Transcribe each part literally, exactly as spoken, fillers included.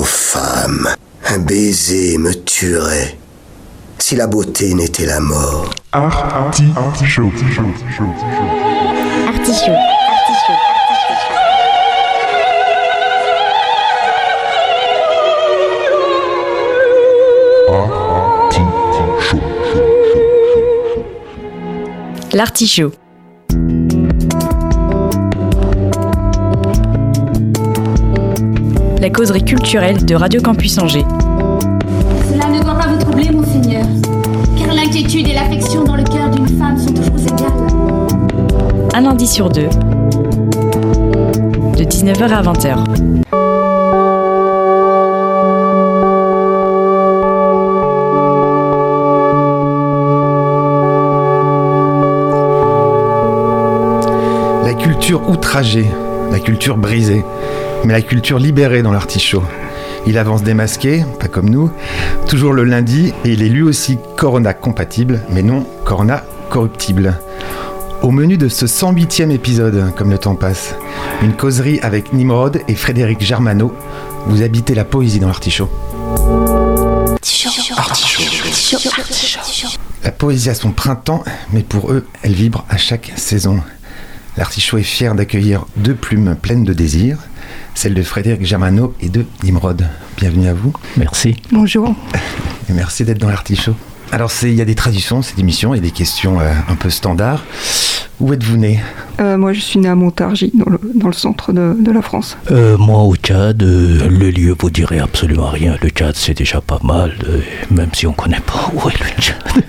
femme, un baiser me tuerait si la beauté n'était la mort. Artichaut. Artichaut. Artichaut. L'artichaut. La causerie culturelle de Radio Campus Angers. Cela ne doit pas vous troubler, monseigneur, car l'inquiétude et l'affection dans le cœur d'une femme sont toujours égales. Un lundi sur deux, de dix-neuf heures à vingt heures. La culture outragée, la culture brisée, mais la culture libérée dans l'artichaut. Il avance démasqué, pas comme nous, toujours le lundi, et il est lui aussi Corona compatible, mais non Corona corruptible. Au menu de ce cent huitième épisode, comme le temps passe, une causerie avec Nimrod et Frédéric Germano. Vous habitez la poésie dans l'artichaut. Artichaut. Artichaut. Artichaut. La poésie a son printemps, mais pour eux, elle vibre à chaque saison. L'artichaut est fier d'accueillir deux plumes pleines de désir, celle de Frédéric Germano et de Nimrod. Bienvenue à vous. Merci. Bonjour. Et merci d'être dans l'artichaut. Alors, il y a des traditions, cette émission, et des questions euh, un peu standards. Où êtes-vous né ? euh, Moi, je suis né à Montargis, dans le, dans le centre de, de la France. Euh, moi, au Tchad, euh, le lieu vous dirait absolument rien. Le Tchad, c'est déjà pas mal, euh, même si on ne connaît pas où est le Tchad.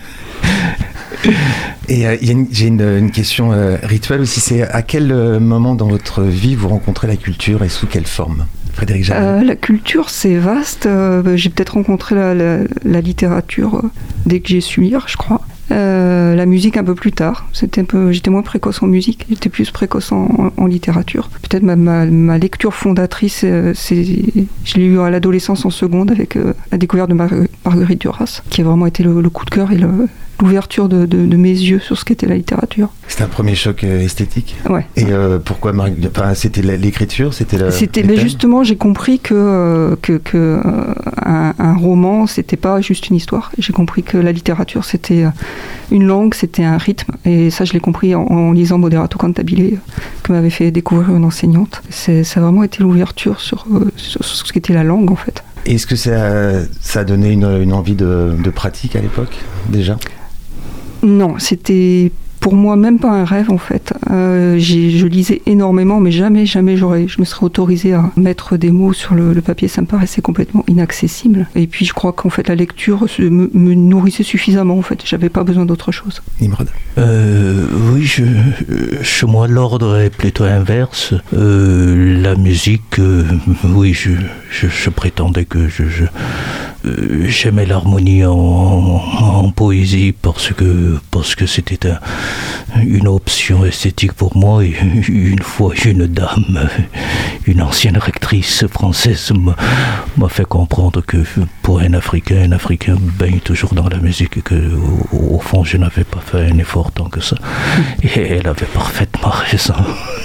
Et euh, y a une, j'ai une, une question euh, rituelle aussi, c'est à quel euh, moment dans votre vie vous rencontrez la culture et sous quelle forme ? Frédéric Germano. Euh, la culture, c'est vaste. Euh, j'ai peut-être rencontré la, la, la littérature euh, dès que j'ai su lire, je crois. Euh, la musique un peu plus tard. C'était un peu, j'étais moins précoce en musique, j'étais plus précoce en, en, en littérature. Peut-être ma, ma, ma lecture fondatrice, euh, c'est, je l'ai eu à l'adolescence en seconde avec euh, la découverte de Mar- Marguerite Duras, qui a vraiment été le, le coup de cœur et le, l'ouverture de, de, de mes yeux sur ce qu'était la littérature. C'était un premier choc euh, esthétique ? Ouais. Et euh, pourquoi Mar- enfin, c'était l'écriture, c'était la, C'était, mais justement, j'ai compris que, euh, que, que euh, un, un roman, c'était pas juste une histoire. J'ai compris que la littérature, c'était une langue, c'était un rythme. Et ça, je l'ai compris en, en lisant Moderato Cantabile, que m'avait fait découvrir une enseignante. C'est, ça a vraiment été l'ouverture sur, euh, sur, sur ce qu'était la langue, en fait. Et est-ce que ça, ça a donné une, une envie de, de pratique à l'époque, déjà ? Non, c'était pour moi même pas un rêve en fait. Euh, j'ai, je lisais énormément, mais jamais, jamais j'aurais, je me serais autorisée à mettre des mots sur le, le papier. Ça me paraissait complètement inaccessible. Et puis je crois qu'en fait la lecture me, me nourrissait suffisamment en fait. J'avais pas besoin d'autre chose. Nimrod. Euh, oui, je, chez moi l'ordre est plutôt inverse. Euh, la musique, euh, oui, je, je, je prétendais que je, je euh, j'aimais l'harmonie en, en, en poésie parce que parce que c'était un une option esthétique pour moi. Et une fois, une dame, une ancienne rectrice française m'a, m'a fait comprendre que pour un Africain, un Africain baigne toujours dans la musique et que au, au fond, je n'avais pas fait un effort tant que ça. Et elle avait parfaitement raison.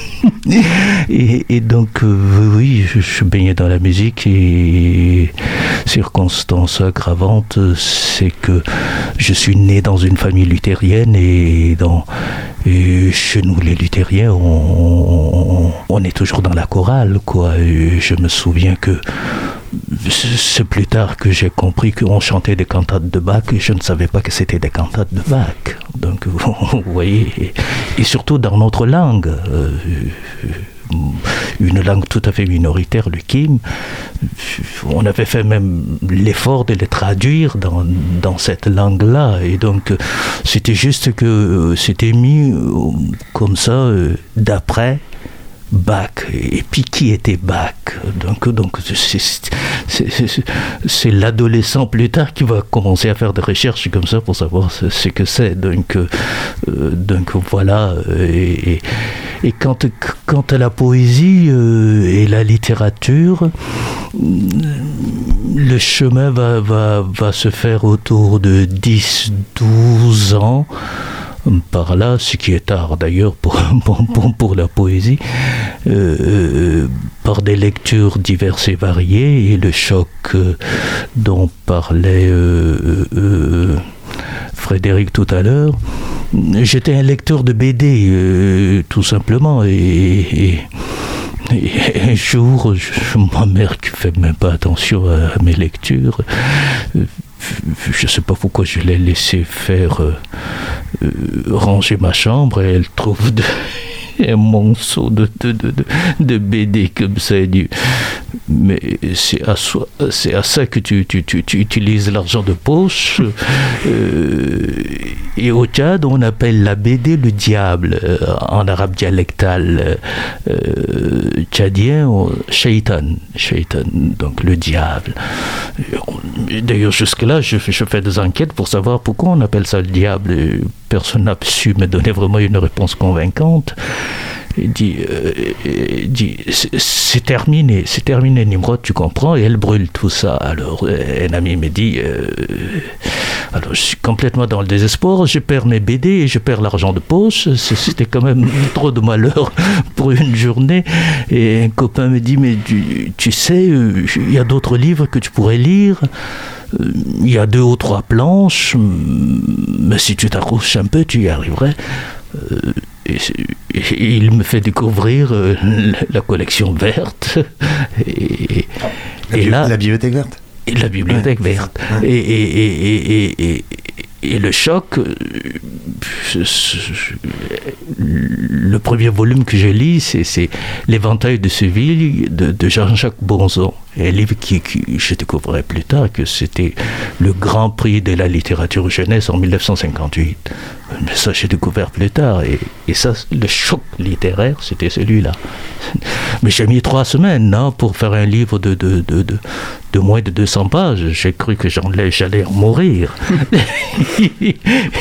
Et, et donc, euh, oui, je, je baignais dans la musique et circonstance aggravante, c'est que je suis né dans une famille luthérienne et, dans, et chez nous, les luthériens, on, on, on est toujours dans la chorale, quoi. Et je me souviens que c'est plus tard que j'ai compris qu'on chantait des cantates de Bach et je ne savais pas que c'était des cantates de Bach. Donc, vous voyez, et, et surtout dans notre langue, euh, une langue tout à fait minoritaire, le kim, on avait fait même l'effort de les traduire dans, dans cette langue-là. Et donc, c'était juste que c'était mis comme ça, d'après Bach. Et puis qui était Bach? Donc, donc c'est, c'est, c'est, c'est l'adolescent plus tard qui va commencer à faire des recherches comme ça pour savoir ce, ce que c'est. Donc, euh, donc voilà. Et, et, et quant, quant à la poésie euh, et la littérature, le chemin va, va, va se faire autour de dix douze ans. par là, ce qui est tard d'ailleurs pour, pour, pour la poésie, euh, par des lectures diverses et variées, et le choc euh, dont parlait euh, euh, Frédéric tout à l'heure. J'étais un lecteur de B D, euh, tout simplement, et, et, et un jour, je, ma mère qui ne fait même pas attention à, à mes lectures, euh, je ne sais pas pourquoi je l'ai laissé faire euh, euh, ranger ma chambre, et elle trouve de, un monceau de, de, de, de, de B D comme ça. Elle dit, mais c'est à, soi, c'est à ça que tu, tu, tu, tu utilises l'argent de poche. Euh, et au Tchad, on appelle la B D le diable, euh, en arabe dialectal euh, tchadien, shaitan, shaitan, donc le diable. D'ailleurs, jusque-là, je, je fais des enquêtes pour savoir pourquoi on appelle ça le diable. Personne n'a su me donner vraiment une réponse convaincante. Il dit, euh, il dit c'est, c'est terminé, c'est terminé, Nimrod, tu comprends, et elle brûle tout ça. Alors, un ami me dit, euh, alors je suis complètement dans le désespoir, je perds mes B D et je perds l'argent de poche, c'était quand même trop de malheur pour une journée. Et un copain me dit, mais tu, tu sais, il y a d'autres livres que tu pourrais lire. Il y a deux ou trois planches, mais si tu t'accroches un peu, tu y arriverais. Et, et il me fait découvrir euh, la collection verte. Et, la, et bi- là, la bibliothèque verte. Et la bibliothèque ouais, verte. Ouais. Et, et, et, et, et, et le choc, le premier volume que je lis, c'est, c'est L'éventail de Séville de, de Jean-Jacques Bonzon. Un livre qui, qui, je découvrais plus tard que c'était le Grand Prix de la littérature jeunesse en dix-neuf cent cinquante-huit. Mais ça, j'ai découvert plus tard. Et, et ça, le choc littéraire, c'était celui-là. Mais j'ai mis trois semaines hein, pour faire un livre de, de, de, de, de moins de deux cents pages. J'ai cru que j'en, j'allais en mourir. et,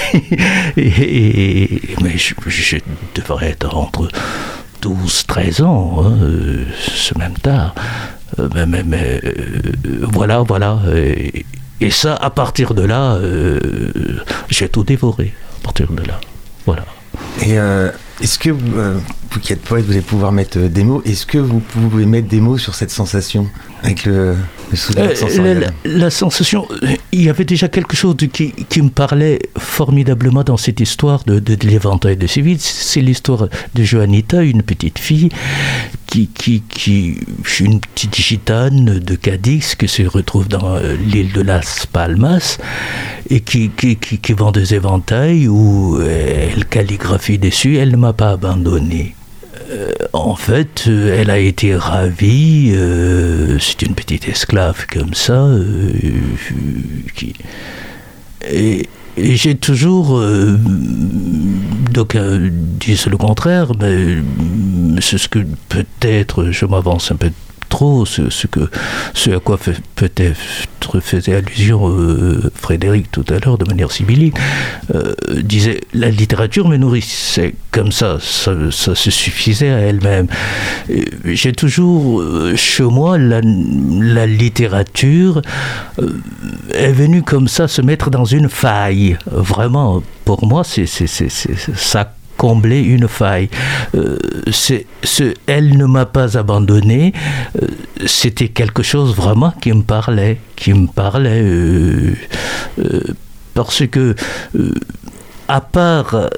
et, et, mais je, je devrais être entre douze treize ans, hein, c'est même tard. Mais, mais, mais euh, voilà, voilà. Et, et ça, à partir de là, euh, j'ai tout dévoré. À partir de là, voilà. Et euh, est-ce que, euh, vous qui êtes poète, vous allez pouvoir mettre des mots, est-ce que vous pouvez mettre des mots sur cette sensation avec le, le souvenir sensoriel ? la, la, la sensation, il y avait déjà quelque chose de, qui, qui me parlait formidablement dans cette histoire de, de, de l'éventail de Séville. C'est l'histoire de Joanita, une petite fille qui, qui, qui une petite gitane de Cadix qui se retrouve dans l'île de Las Palmas et qui, qui, qui, qui vend des éventails où elle calligraphie dessus. Elle ne m'a pas abandonné. Euh, en fait, euh, elle a été ravie. Euh, c'est une petite esclave comme ça. Euh, qui... Et, et j'ai toujours. Euh, donc, euh, disent le contraire, mais c'est ce que peut-être je m'avance un peu trop, ce, ce, que, ce à quoi fait, peut-être faisait allusion euh, Frédéric tout à l'heure de manière sibylline, euh, disait la littérature me nourrissait comme ça, ça, ça se suffisait à elle-même. Et j'ai toujours, euh, chez moi, la, la littérature euh, est venue comme ça se mettre dans une faille. Vraiment, pour moi, c'est, c'est, c'est, c'est, ça combler une faille. Euh, c'est, ce, elle ne m'a pas abandonné. Euh, c'était quelque chose vraiment qui me parlait, qui me parlait euh, euh, parce que euh, à part euh,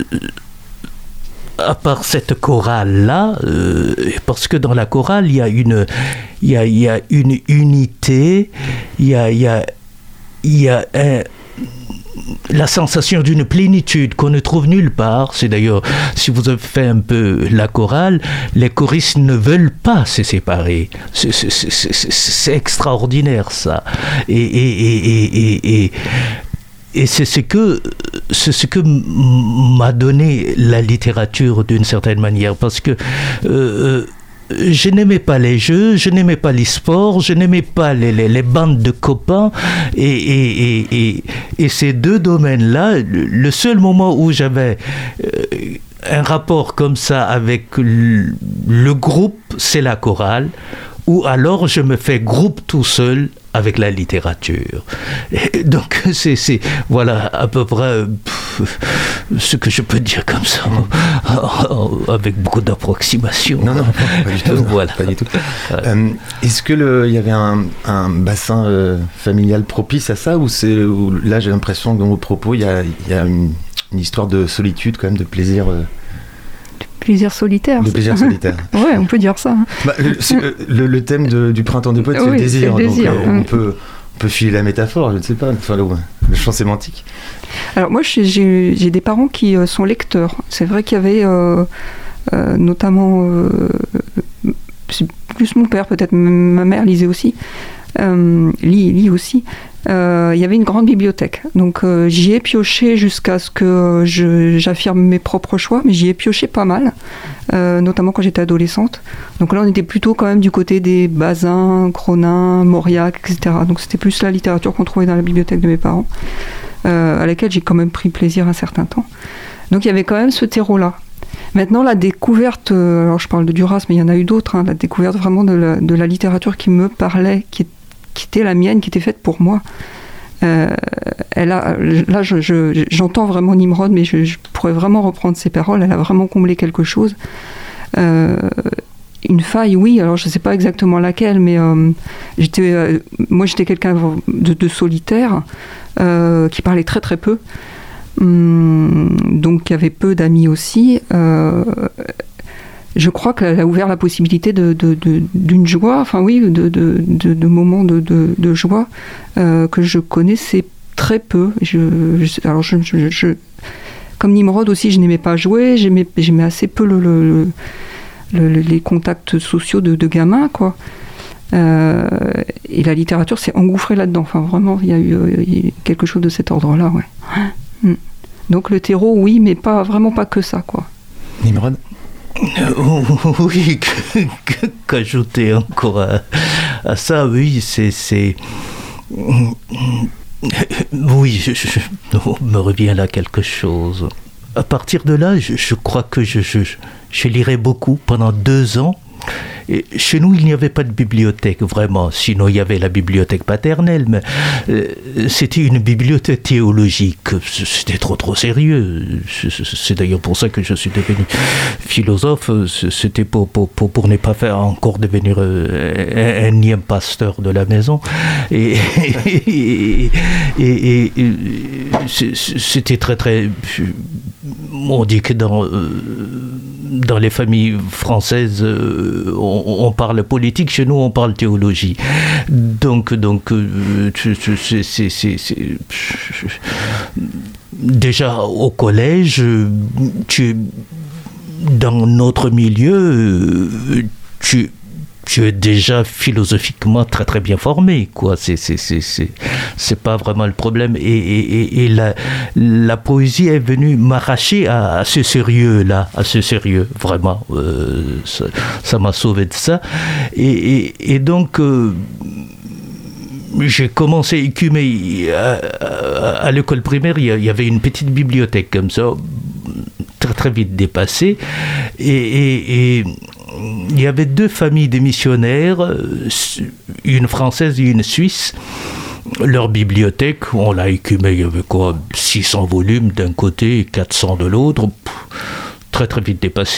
à part cette chorale-là, euh, parce que dans la chorale, il y a une, il y a, il y a une unité, il y a, il y a, il y a un la sensation d'une plénitude qu'on ne trouve nulle part. C'est d'ailleurs, si vous avez fait un peu la chorale, les choristes ne veulent pas se séparer. C'est, c'est, c'est, c'est, c'est extraordinaire, ça. Et, et, et, et, et, et c'est ce que, c'est ce que m'a donné la littérature d'une certaine manière, parce que euh, je n'aimais pas les jeux, je n'aimais pas les sports, je n'aimais pas les, les, les bandes de copains. Et, et, et, et, et ces deux domaines-là, le seul moment où j'avais euh, un rapport comme ça avec le, le groupe, c'est la chorale, ou alors je me fais groupe tout seul avec la littérature. Et donc, c'est, c'est voilà, à peu près... Pff, ce que je peux dire comme ça, avec beaucoup d'approximation. Non, non, pas du tout. Voilà. Pas du tout. Euh, est-ce que le, il y avait un, un bassin euh, familial propice à ça, ou c'est, ou là j'ai l'impression que dans vos propos il y a, il y a une, une histoire de solitude quand même, de plaisir. Euh... Plaisir solitaire. De plaisir solitaire. Ouais, on peut dire ça. Bah, le, le, le thème de, du printemps des poètes, c'est oui, le désir. C'est le désir. Donc, euh, on peut, on peut filer la métaphore, je ne sais pas, enfin, le, le champ sémantique. Alors moi, j'ai, j'ai, j'ai des parents qui euh, sont lecteurs. C'est vrai qu'il y avait euh, euh, notamment, euh, c'est plus mon père, peut-être ma mère lisait aussi, euh, lit, lit aussi. Euh, il y avait une grande bibliothèque, donc euh, j'y ai pioché jusqu'à ce que euh, je, j'affirme mes propres choix, mais j'y ai pioché pas mal, euh, notamment quand j'étais adolescente. Donc là on était plutôt quand même du côté des Bazin, Cronin, Mauriac, et cetera. Donc c'était plus la littérature qu'on trouvait dans la bibliothèque de mes parents, euh, à laquelle j'ai quand même pris plaisir un certain temps. Donc il y avait quand même ce terreau-là. Maintenant, la découverte, euh, alors je parle de Duras, mais il y en a eu d'autres, hein, la découverte vraiment de la, de la littérature qui me parlait, qui, qui était la mienne, qui était faite pour moi. Euh, elle a, là, je, je, j'entends vraiment Nimrod, mais je, je pourrais vraiment reprendre ses paroles, elle a vraiment comblé quelque chose. Euh, une faille, oui, alors je ne sais pas exactement laquelle, mais euh, j'étais, euh, moi j'étais quelqu'un de, de solitaire, euh, qui parlait très très peu. Hum, donc il y avait peu d'amis aussi. Euh, je crois qu'elle a ouvert la possibilité de, de, de, d'une joie, enfin oui, de, de, de, de moments de, de, de joie euh, que je connaissais très peu. Je, je, alors je, je, je, comme Nimrod aussi, je n'aimais pas jouer, j'aimais, j'aimais assez peu le, le, le, le, les contacts sociaux de, de gamins, quoi. Euh, et la littérature s'est engouffrée là-dedans. Enfin vraiment, il y a eu, il y a eu quelque chose de cet ordre-là, ouais. Donc le terreau, oui, mais pas vraiment pas que ça, quoi. Nimrod ? euh, Oui, qu'ajouter encore à, à ça, oui, c'est... c'est... Oui, je, je, me revient là quelque chose. À partir de là, je, je crois que je, je, je lirai beaucoup pendant deux ans. Et chez nous, il n'y avait pas de bibliothèque, vraiment. Sinon, il y avait la bibliothèque paternelle, mais euh, c'était une bibliothèque théologique. C'était trop, trop sérieux. C'est d'ailleurs pour ça que je suis devenu philosophe. C'était pour, pour, pour, pour ne pas faire encore devenir un énième pasteur de la maison. Et, et, et, et, et c'était très, très... On dit que dans, dans les familles françaises, on, on parle politique, chez nous on parle théologie. Donc, donc c'est, c'est, c'est, c'est, déjà au collège, tu, dans notre milieu, tu... tu es déjà philosophiquement très très bien formé, quoi. C'est c'est c'est c'est c'est pas vraiment le problème. Et et et, et la la poésie est venue m'arracher à, à ce sérieux là, à ce sérieux vraiment. Euh, ça, ça m'a sauvé de ça. Et et, et donc euh, j'ai commencé à écumer à, à, à l'école primaire. Il y avait une petite bibliothèque comme ça, très très vite dépassée. Et et, et il y avait deux familles de missionnaires, une française et une suisse. Leur bibliothèque, on l'a écumée, il y avait quoi, six cents volumes d'un côté et quatre cents de l'autre. Très très vite dépassé.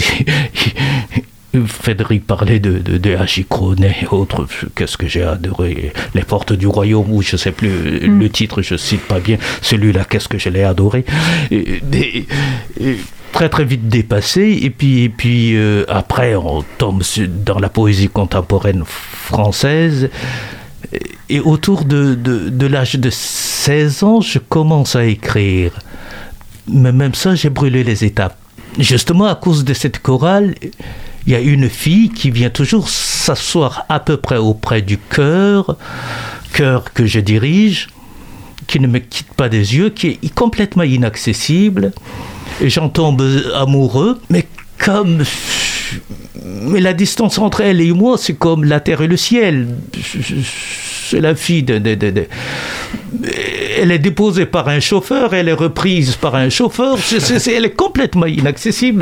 Frédéric parlait de, de, de H. Cronet et autres. Qu'est-ce que j'ai adoré. Les portes du royaume, ou je ne sais plus mm. le titre, je ne cite pas bien. Celui-là, qu'est-ce que je l'ai adoré. Et, et, et, très très vite dépassé, et puis, et puis euh, après on tombe dans la poésie contemporaine française, et autour de, de, de l'âge de seize ans, je commence à écrire. Mais même ça, j'ai brûlé les étapes. Justement, à cause de cette chorale, il y a une fille qui vient toujours s'asseoir à peu près auprès du chœur, chœur que je dirige, qui ne me quitte pas des yeux, qui est complètement inaccessible. Et j'en tombe amoureux, mais comme... Mais la distance entre elle et moi, c'est comme la terre et le ciel. C'est la fille de... de, de, de... Elle est déposée par un chauffeur, elle est reprise par un chauffeur. C'est, c'est, elle est complètement inaccessible.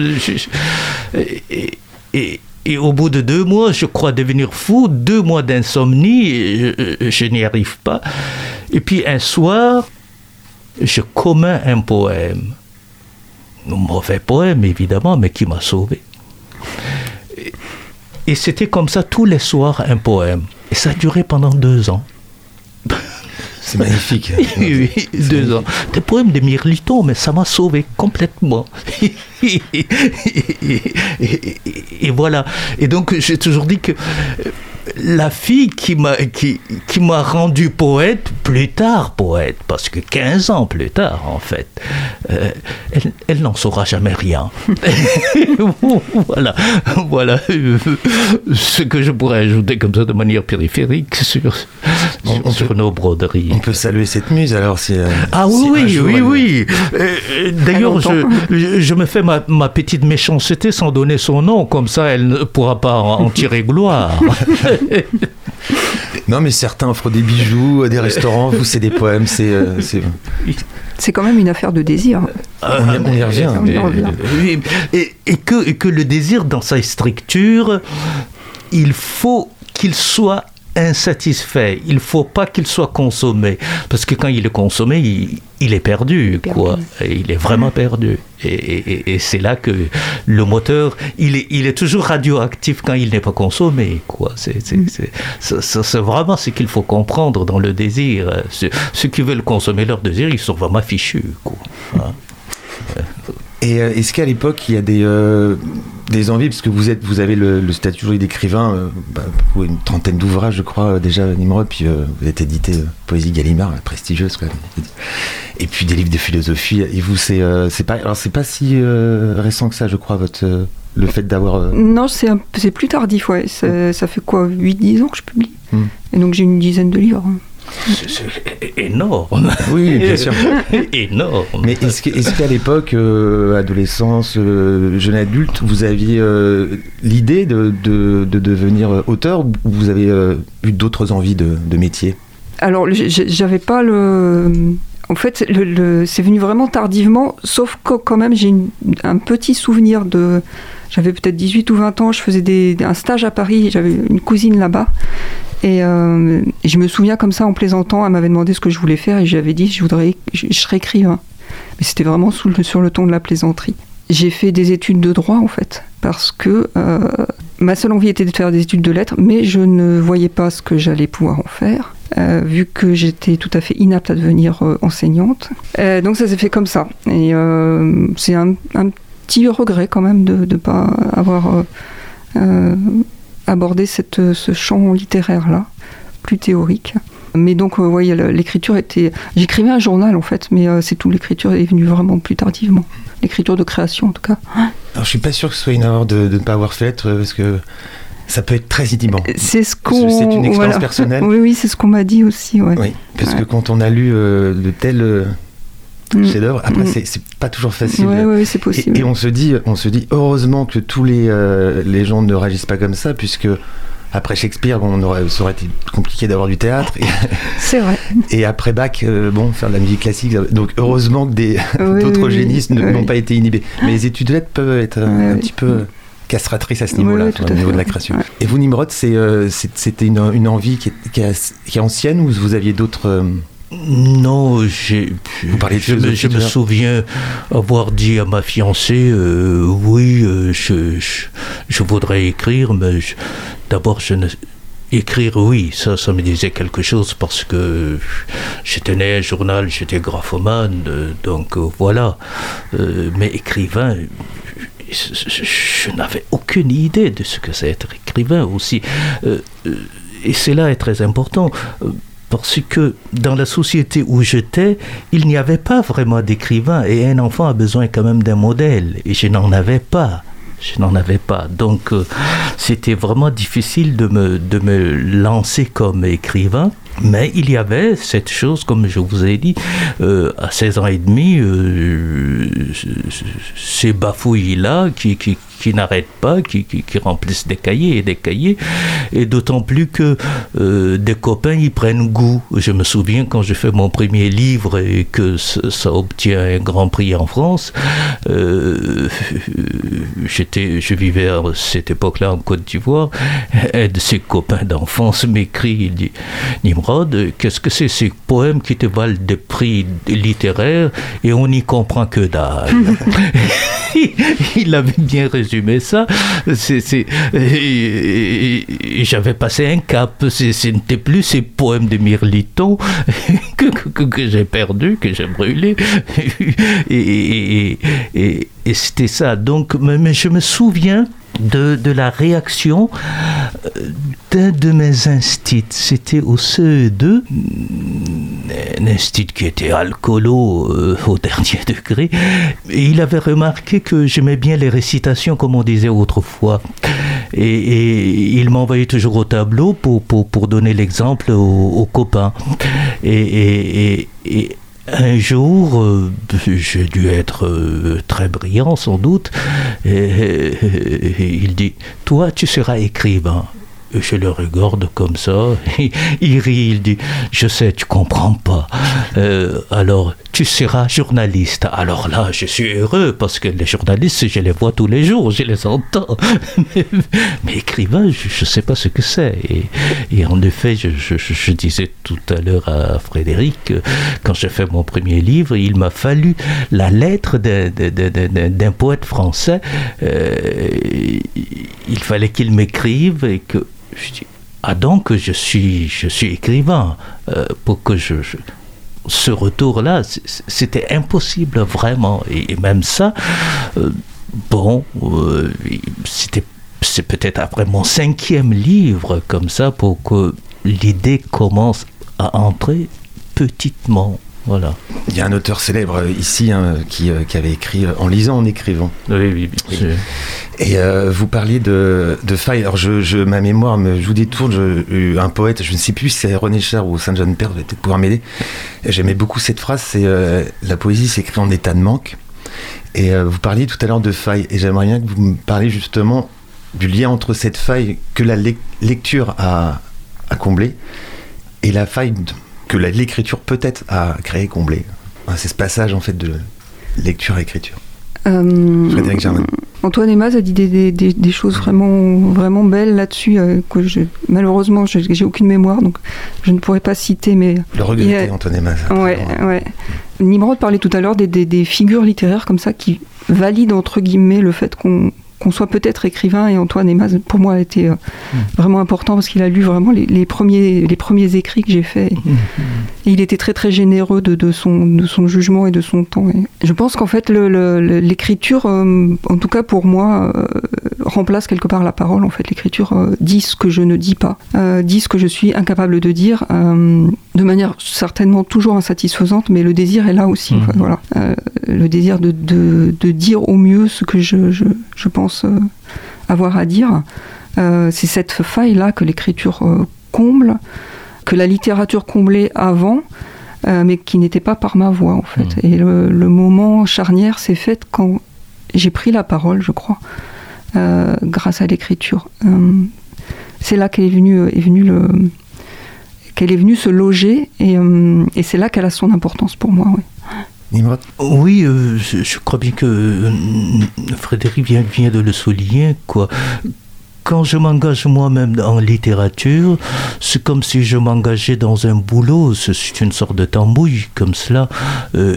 Et, et, et au bout de deux mois, je crois devenir fou. Deux mois d'insomnie, je, je n'y arrive pas. Et puis un soir, je commets un poème. mauvais poème évidemment, mais qui m'a sauvé. Et, et c'était comme ça tous les soirs un poème. Et ça a duré pendant deux ans. C'est magnifique. Oui, c'est deux magnifique. ans. Des poèmes de Mirliton, mais ça m'a sauvé complètement. et, et, et, et, et voilà. Et donc, j'ai toujours dit que la fille qui m'a, qui, qui m'a rendu poète, plus tard poète, parce que quinze ans plus tard, en fait, euh, elle, elle n'en saura jamais rien. Voilà, voilà euh, ce que je pourrais ajouter comme ça de manière périphérique sur, sur, On- on sur peut- nos broderies. On peut saluer cette muse alors si. euh, Ah si oui, un oui, jour oui, elle- oui. Euh, euh, D'ailleurs, je, longtemps. je, je me fais ma, ma petite méchanceté sans donner son nom, comme ça elle ne pourra pas en, en tirer gloire. Non, mais certains offrent des bijoux, des restaurants. Vous, c'est des poèmes. C'est. euh, c'est- C'est quand même une affaire de désir. On y, on y revient. On y revient. Oui, et, et, que, et que le désir, dans sa stricture, il faut qu'il soit insatisfait. Il ne faut pas qu'il soit consommé. Parce que quand il est consommé, il, il est perdu, quoi. Et il est vraiment perdu. Et, et, et c'est là que le moteur, il est, il est toujours radioactif quand il n'est pas consommé, quoi. C'est, c'est, c'est, c'est, c'est, c'est vraiment ce qu'il faut comprendre dans le désir. Ceux, ceux qui veulent consommer leur désir, ils sont vraiment fichus, quoi. Hein. Et euh, est-ce qu'à l'époque, il y a des, euh, des envies, parce que vous, êtes, vous avez le, le statut aujourd'hui d'écrivain, euh, bah, vous avez une trentaine d'ouvrages, je crois, euh, déjà, Nimrod, puis euh, vous êtes édité euh, Poésie Gallimard, la prestigieuse, quand même. Et puis des livres de philosophie. Et vous, c'est, euh, c'est pas, alors c'est pas si euh, récent que ça, je crois, votre, euh, le fait d'avoir. Euh... Non, c'est, un, c'est plus tardif, ouais. C'est, ça fait quoi, huit dix ans que je publie. Mm. Et donc j'ai une dizaine de livres. C'est, c'est énorme. Oui, bien sûr. Énorme. Mais est-ce, que, est-ce qu'à l'époque, euh, adolescence, euh, jeune adulte, vous aviez euh, l'idée de, de, de devenir auteur ou vous avez euh, eu d'autres envies de, de métier ? Alors, j'ai- j'avais pas le... En fait, le, le- c'est venu vraiment tardivement, sauf que quand même, j'ai une- un petit souvenir de... J'avais peut-être dix-huit ou vingt ans, je faisais des, un stage à Paris, j'avais une cousine là-bas. Et, euh, et je me souviens comme ça, en plaisantant, elle m'avait demandé ce que je voulais faire et j'avais dit, je voudrais, je, je serais écrivain. Mais c'était vraiment sous le- sur le ton de la plaisanterie. J'ai fait des études de droit, en fait, parce que euh, ma seule envie était de faire des études de lettres, mais je ne voyais pas ce que j'allais pouvoir en faire, euh, vu que j'étais tout à fait inapte à devenir euh, enseignante. Euh, donc ça s'est fait comme ça. Et euh, c'est un, un petit regret quand même de ne pas avoir euh, euh, abordé cette, ce champ littéraire-là, plus théorique. Mais donc, euh, ouais, l'écriture était... J'écrivais un journal, en fait, mais euh, c'est tout. L'écriture est venue vraiment plus tardivement. L'écriture de création, en tout cas. Alors, je suis pas sûr que ce soit une erreur de, de ne pas avoir fait lettres, parce que ça peut être très intimidant. C'est ce qu'on... C'est une expérience voilà. personnelle. Oui, oui, c'est ce qu'on m'a dit aussi, ouais. Oui, parce Ouais. que quand on a lu euh, de tels euh, Mm. chefs-d'œuvre, après, Mm. c'est, c'est pas toujours facile. Ouais, ouais, c'est possible. Et, et on se dit, on se dit heureusement que tous les, euh, les gens ne réagissent pas comme ça, puisque après Shakespeare, bon, on aurait, ça aurait été compliqué d'avoir du théâtre. Et, C'est vrai. et après Bach, euh, bon, faire de la musique classique. Donc heureusement que des, Oui, d'autres oui, génistes oui. ne- Oui. n'ont pas été inhibés. Mais les études de lettres peuvent être un, Oui, un oui. petit peu castratrices à ce Oui, niveau-là, oui, tout au à niveau fait, de la ouais. création. Ouais. Et vous, Nimrod, c'est, euh, c'est- c'était une, une envie qui est, qui, est, qui est ancienne ou vous aviez d'autres... euh, Non, j'ai, Vous parlez de je, me, philosophie je tout me à l'heure. souviens avoir dit à ma fiancée, euh, oui, euh, je, je, je voudrais écrire, mais je- d'abord, je ne... Écrire, oui, ça, ça me disait quelque chose parce que j'étais né à un journal, j'étais graphomane, euh, donc euh, voilà. Euh, mais écrivain, je, je- je n'avais aucune idée de ce que c'est être écrivain aussi. Euh, euh, et c'est là est très important. euh, Parce que dans la société où j'étais, il n'y avait pas vraiment d'écrivain et un enfant a besoin quand même d'un modèle et je n'en avais pas. Je n'en avais pas. Donc euh, c'était vraiment difficile de me, de me lancer comme écrivain. Mais il y avait cette chose, comme je vous ai dit, euh, à seize ans et demi, euh, ces bafouilles-là qui, qui, qui n'arrêtent pas, qui, qui, qui remplissent des cahiers et des cahiers, et d'autant plus que euh, des copains y prennent goût. Je me souviens quand j'ai fait mon premier livre et que ça, ça obtient un grand prix en France, euh, j'étais, je vivais à cette époque-là en Côte d'Ivoire, un de ses copains d'enfance m'écrit, il dit « Nimrod, Nimrod, qu'est-ce que c'est ces poèmes qui te valent des prix littéraires et on n'y comprend que dalle. Il avait bien résumé ça. C'est, c'est, et, et, j'avais passé un cap. C'est, ce n'était plus ces poèmes de Mirliton que, que, que j'ai perdu, que j'ai brûlé. Et, et, et, et c'était ça. Donc, mais je me souviens de, de la réaction d'un de mes instits. C'était au C E deux, un instit qui était alcoolo euh, au dernier degré. Et il avait remarqué que j'aimais bien les récitations, comme on disait autrefois. Et, et il m'envoyait toujours au tableau pour, pour, pour donner l'exemple aux, aux copains. Et, et, et, et un jour, euh, j'ai dû être euh, très brillant sans doute, et, et, et il dit « Toi, tu seras écrivain ». Je le regarde comme ça, il rit, il dit « Je sais, tu comprends pas. Euh, alors, tu seras journaliste. » Alors là, je suis heureux, parce que les journalistes, je les vois tous les jours, je les entends. Mais, mais écrivain, je ne sais pas ce que c'est. Et, et en effet, je, je, je disais tout à l'heure à Frédéric, quand j'ai fait mon premier livre, il m'a fallu la lettre d'un, d'un, d'un, d'un poète français. Euh, il fallait qu'il m'écrive et que je dis, ah donc je suis, je suis écrivain, euh, pour que je, je... Ce retour-là, c'était impossible vraiment. Et, et même ça, euh, bon, euh, c'était, c'est peut-être après mon cinquième livre, comme ça, pour que l'idée commence à entrer petitement. Voilà. Il y a un auteur célèbre ici hein, qui, euh, qui avait écrit « En lisant, en écrivant ». Oui, oui, bien sûr. Et euh, vous parliez de, de failles. Alors, je, je, ma mémoire me joue des tours. Je, un poète, je ne sais plus si c'est René Char ou Saint-Jean-Père, vous allez peut-être pouvoir m'aider. J'aimais beaucoup cette phrase, c'est euh, « La poésie s'écrit en état de manque ». Et euh, vous parliez tout à l'heure de failles. Et j'aimerais bien que vous me parliez justement du lien entre cette faille que la le- lecture a, a comblée et la faille... De, que l'écriture peut-être a créé, comblé. C'est ce passage en fait de lecture à écriture. Euh, Frédéric Germain. Antoine Aymaz a dit des, des, des, des choses vraiment, vraiment belles là-dessus, euh, que je, malheureusement je, j'ai aucune mémoire, donc je ne pourrais pas citer, mais... Le regretté, a, Antoine Aymaz. Ouais, ouais. Nimrod parlait tout à l'heure des, des, des figures littéraires comme ça qui valident entre guillemets le fait qu'on qu'on soit peut-être écrivain, et Antoine Aymaz, pour moi, a été euh, mmh. vraiment important parce qu'il a lu vraiment les, les, premiers, les premiers écrits que j'ai faits. Et, mmh. et il était très, très généreux de, de, son, de son jugement et de son temps. Et je pense qu'en fait, le, le, l'écriture, euh, en tout cas pour moi, euh, remplace quelque part la parole. En fait, l'écriture euh, dit ce que je ne dis pas, euh, dit ce que je suis incapable de dire, euh, de manière certainement toujours insatisfaisante, mais le désir est là aussi. Mmh. En fait, voilà. euh, le désir de, de, de dire au mieux ce que je, je, je pense avoir à dire. Euh, c'est cette faille-là que l'écriture euh, comble, que la littérature comblait avant, euh, mais qui n'était pas par ma voix, en fait. Mmh. Et le, le moment charnière s'est fait quand j'ai pris la parole, je crois, euh, grâce à l'écriture. Euh, c'est là qu'elle est venue, est venue le, qu'elle est venue se loger, et, euh, et c'est là qu'elle a son importance pour moi, oui. Oui, euh, je, je crois bien que euh, Frédéric vient, vient de le souligner, quoi. Quand je m'engage moi-même en littérature, c'est comme si je m'engageais dans un boulot, c'est une sorte de tambouille comme cela. Euh,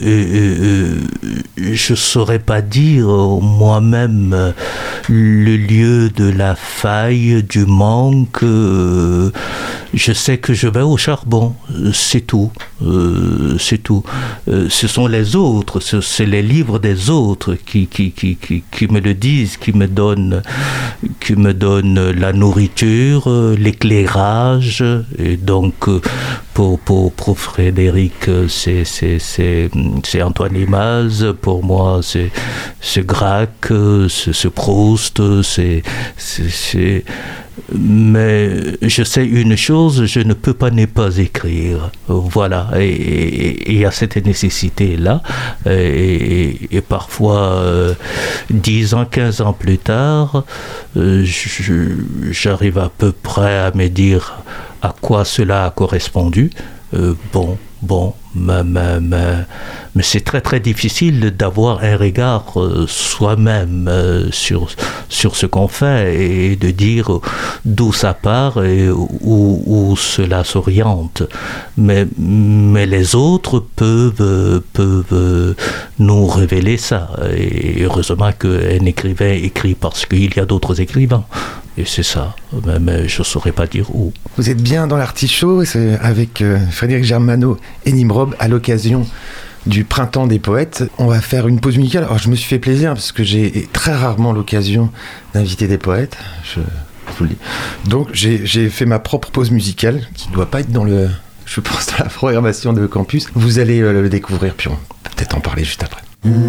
et, et, et, je ne saurais pas dire moi-même euh, le lieu de la faille, du manque. Euh, je sais que je vais au charbon, c'est tout. Euh, c'est tout. Euh, ce sont les autres, ce, c'est les livres des autres qui, qui, qui, qui, qui me le disent, qui me donnent, qui me donnent la nourriture, l'éclairage. Et donc pour, pour, pour Frédéric c'est, c'est, c'est, c'est Antoine Aymaz, pour moi c'est, c'est Gracq, c'est, c'est Proust, c'est, c'est, c'est... mais je sais une chose, je ne peux pas ne pas écrire, voilà, et il y a cette nécessité-là, et, et, et parfois, euh, dix ans, quinze ans plus tard, euh, je, j'arrive à peu près à me dire à quoi cela a correspondu, euh, bon, bon, mais, mais, mais, mais c'est très très difficile d'avoir un regard euh, soi-même euh, sur, sur ce qu'on fait et de dire d'où ça part et où, où cela s'oriente. Mais, mais les autres peuvent, peuvent nous révéler ça. Et heureusement qu'un écrivain écrit parce qu'il y a d'autres écrivains. Et c'est ça, mais, mais je ne saurais pas dire où. Vous êtes bien dans l'Artichaut, c'est avec euh, Frédéric Germano et Nimrod à l'occasion du Printemps des Poètes. On va faire une pause musicale. Alors je me suis fait plaisir parce que j'ai très rarement l'occasion d'inviter des poètes. Je, je vous le dis. Donc j'ai, j'ai fait ma propre pause musicale qui ne doit pas être dans le, je pense, dans la programmation de Campus. Vous allez euh, le découvrir, puis on va peut-être en parler juste après.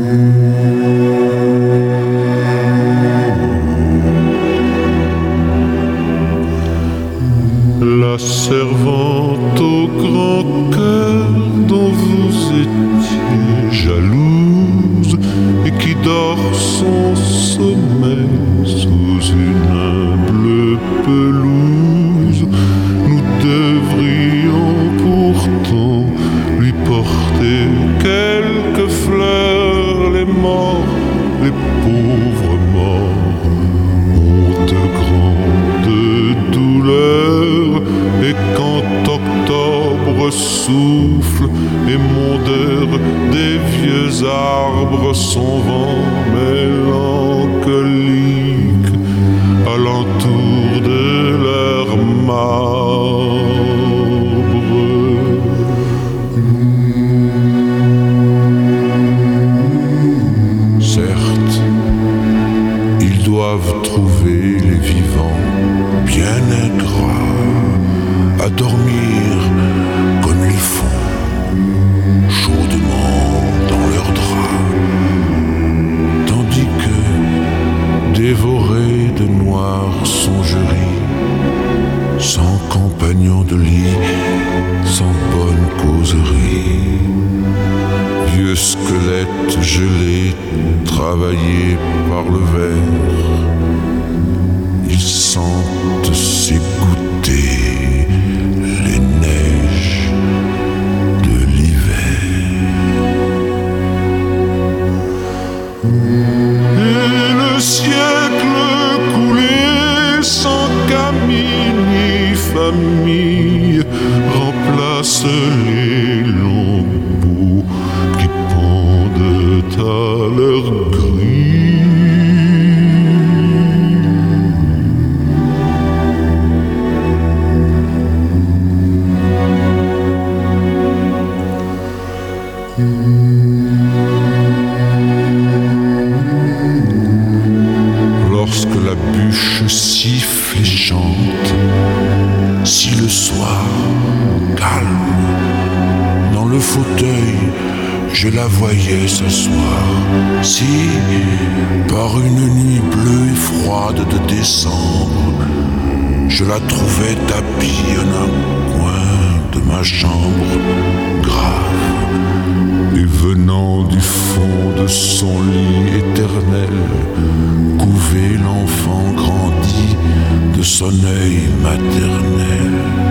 La servante au grand cœur dont vous étiez jalouse et qui dort son sommeil sous une humble pelouse, nous devrions pourtant lui porter quelques fleurs. Les morts, les pauvres morts ont de grandes douleurs. Et quand octobre souffle et mondeur des vieux arbres son vent mélancolique alentour de leur marbre. Certes, ils doivent trouver les vivants bien ingrats à dormir comme ils font, chaudement dans leurs draps, tandis que, dévorés de noires songeries, sans compagnon de lit, sans bonne causerie, vieux squelettes gelés, travaillés par le ver, ils sentent s'égoutter les neiges de l'hiver. Et le siècle coulé sans qu'amis ni famille remplace les lambeaux qui pendent à leur grille. Lorsque la bûche siffle et chante, si le soir calme, dans le fauteuil, je la voyais s'asseoir. Si, par une nuit bleue et froide de décembre, je la trouvais tapie en un coin de ma chambre, grave, et venant du fond de son lit éternel, couver l'enfant grandi de son œil maternel.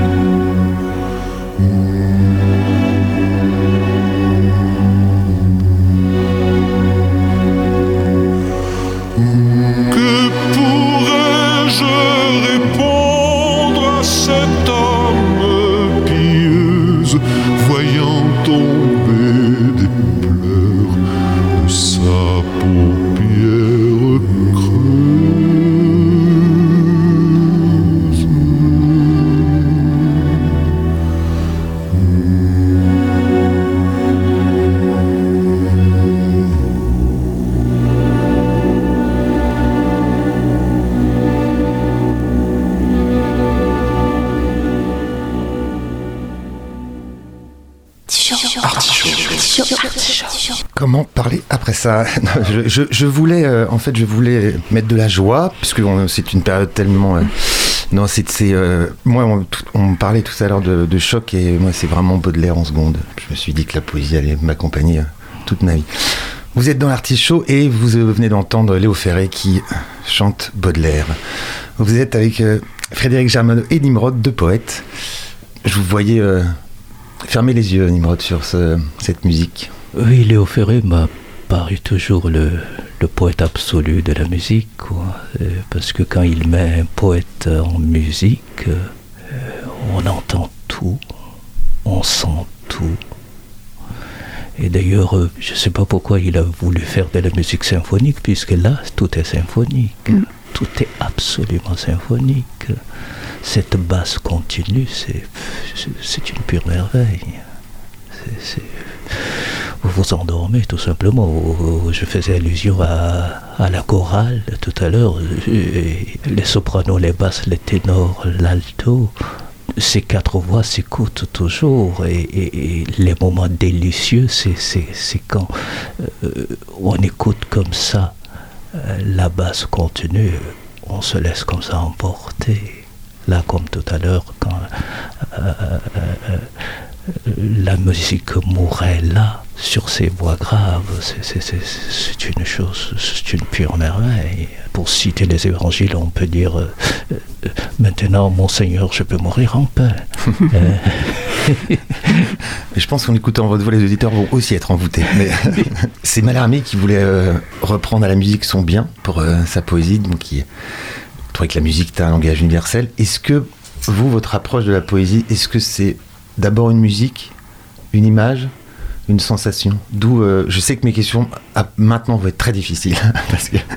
Que pourrais-je répondre à cet homme pieuse, voyant tomber des pleurs de sa paupière creuse? Comment parler après ça? Non, je, je, je voulais, euh, en fait, je voulais mettre de la joie, puisque on, c'est une période tellement. Euh, non, c'est, c'est euh, moi, on, tout, on parlait tout à l'heure de, de choc, et moi, c'est vraiment Baudelaire en seconde. Je me suis dit que la poésie allait m'accompagner euh, toute ma vie. Vous êtes dans l'Artichaut et vous euh, venez d'entendre Léo Ferré qui chante Baudelaire. Vous êtes avec euh, Frédéric Germano et Nimrod, deux poètes. Je vous voyais. Euh, Fermez les yeux, Nimrod, sur ce, cette musique. Oui, Léo Ferré m'a paru toujours le, le poète absolu de la musique, quoi. Parce que quand il met un poète en musique, euh, on entend tout, on sent tout. Et d'ailleurs, euh, je ne sais pas pourquoi il a voulu faire de la musique symphonique, puisque là, tout est symphonique. Mm. Tout est absolument symphonique. Cette basse continue, c'est, c'est, c'est une pure merveille. C'est, c'est... Vous vous endormez tout simplement. Je faisais allusion à, à la chorale tout à l'heure. Les sopranos, les basses, les ténors, l'alto. Ces quatre voix s'écoutent toujours. Et, et, et les moments délicieux, c'est, c'est, c'est quand euh, on écoute comme ça euh, la basse continue. On se laisse comme ça emporter. Là, comme tout à l'heure, quand euh, euh, la musique mourait là, sur ces voix graves, c'est, c'est, c'est, c'est une chose, c'est une pure merveille. Pour citer les évangiles, on peut dire euh, euh, maintenant, mon Seigneur, je peux mourir en paix. euh... Je pense qu'en écoutant votre voix, les auditeurs vont aussi être envoûtés. Mais c'est Mallarmé qui voulait euh, reprendre à la musique son bien pour euh, sa poésie, donc qui trouvait que la musique est un langage universel. Est-ce que vous, votre approche de la poésie, est-ce que c'est d'abord une musique, une image, une sensation? D'où euh, je sais que mes questions à, maintenant vont être très difficiles parce que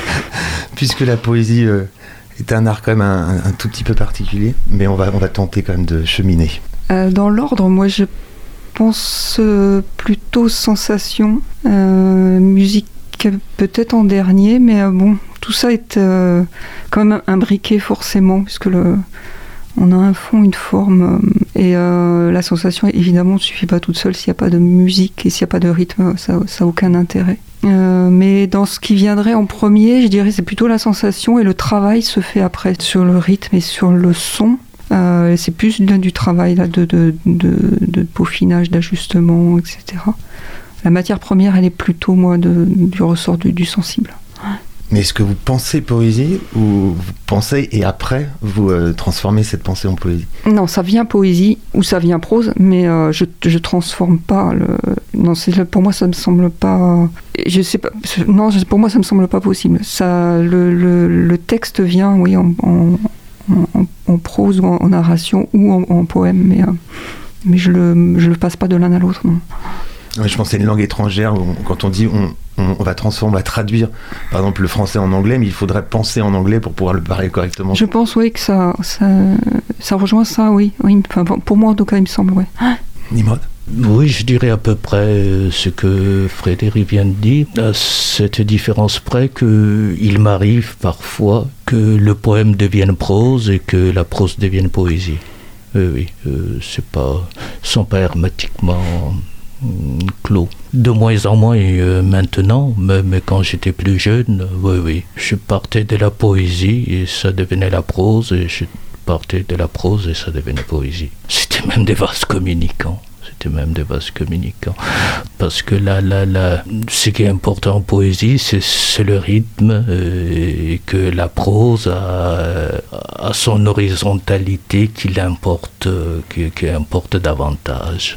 puisque la poésie euh, est un art quand même un, un tout petit peu particulier, mais on va on va tenter quand même de cheminer. Euh, dans l'ordre, moi je pense euh, plutôt sensation, euh, musique peut-être en dernier, mais euh, bon, tout ça est euh, quand même imbriqué forcément, puisque le, on a un fond, une forme, euh, et euh, la sensation, évidemment, ne suffit pas toute seule. S'il n'y a pas de musique et s'il n'y a pas de rythme, ça n'a aucun intérêt. Euh, mais dans ce qui viendrait en premier, je dirais c'est plutôt la sensation, et le travail se fait après sur le rythme et sur le son. Euh, c'est plus du, du travail là, de, de, de, de peaufinage, d'ajustement, et cetera. La matière première, elle est plutôt, moi, de, du ressort du, du sensible. Mais est-ce que vous pensez poésie ou vous pensez et après vous euh, transformez cette pensée en poésie? Non, ça vient poésie ou ça vient prose, mais euh, je je transforme pas. Le... Non, c'est, pour moi ça me semble pas. Je sais pas. Non, pour moi ça me semble pas possible. Ça, le, le, le texte vient, oui, en, en, en, en prose ou en, en narration ou en, en poème, mais euh, mais je le je le passe pas de l'un à l'autre. Non. Ouais, je pense que c'est une langue étrangère où, quand on dit on, on, on va transformer, on va traduire par exemple le français en anglais, mais il faudrait penser en anglais pour pouvoir le parler correctement. Je pense, oui, que ça, ça, ça rejoint ça, oui. oui. Enfin, pour moi, en tout cas, il me semble, oui. Nimrod? Oui, je dirais à peu près ce que Frédéric vient de dire, à cette différence près qu'il m'arrive parfois que le poème devienne prose et que la prose devienne poésie. Oui, oui, euh, c'est pas, sont pas hermétiquement clos. De moins en moins euh, maintenant, mais, mais quand j'étais plus jeune, oui, oui, je partais de la poésie et ça devenait la prose, et je partais de la prose et ça devenait poésie. C'était même des vases communicants. C'était même des vases communicants. Parce que là, là, là, ce qui est important en poésie, c'est, c'est le rythme, euh, et que la prose a, a son horizontalité qui l'importe, qui, qui importe davantage.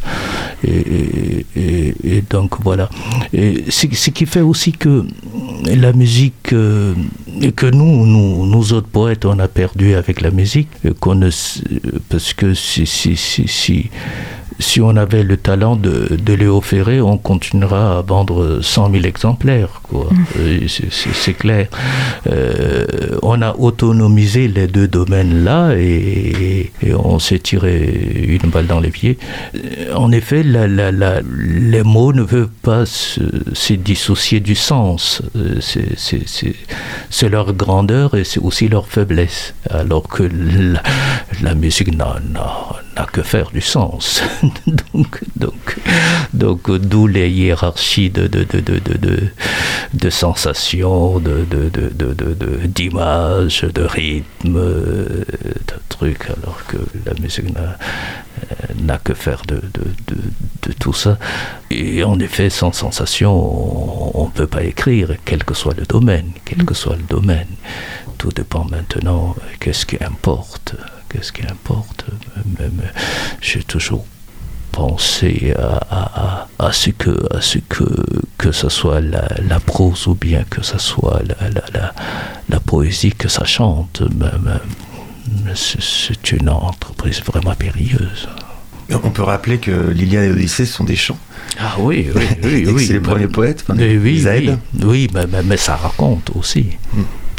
Et, et, et donc voilà. Et ce, ce qui fait aussi que la musique, euh, que nous, nous, nous autres poètes, on a perdu avec la musique, qu'on ne, parce que si, si, si, si Si on avait le talent de, de Léo Ferré, on continuera à vendre cent mille exemplaires, quoi. Mmh. C'est, c'est, c'est clair. Euh, on a autonomisé les deux domaines-là et, et on s'est tiré une balle dans les pieds. En effet, la, la, la, les mots ne veulent pas se, se dissocier du sens. C'est, c'est, c'est, c'est leur grandeur et c'est aussi leur faiblesse. Alors que la, la musique n'a, n'a, n'a que faire du sens. donc, donc, donc, d'où les hiérarchies de, de, de, de, de, de, de sensations, de, de, de, de, de, de, d'images, de rythmes, de trucs, alors que la musique n'a, n'a que faire de, de, de, de tout ça. Et en effet, sans sensation, on ne peut pas écrire, quel que soit le domaine, quel que soit le domaine. Tout dépend maintenant, qu'est-ce qui importe. Qu'est-ce qui importe? Même, j'ai toujours penser à, à, à, à ce que, à ce que, que ce soit la, la prose ou bien que ce soit la, la, la, la poésie que ça chante. Même, c'est, c'est une entreprise vraiment périlleuse. On peut rappeler que l'Iliade et l'Odyssée sont des chants. Ah oui, oui, oui. Et oui que c'est les bah, premiers poètes, enfin, oui, oui, Zaïd. Oui, mais, mais, mais ça raconte aussi. Mm.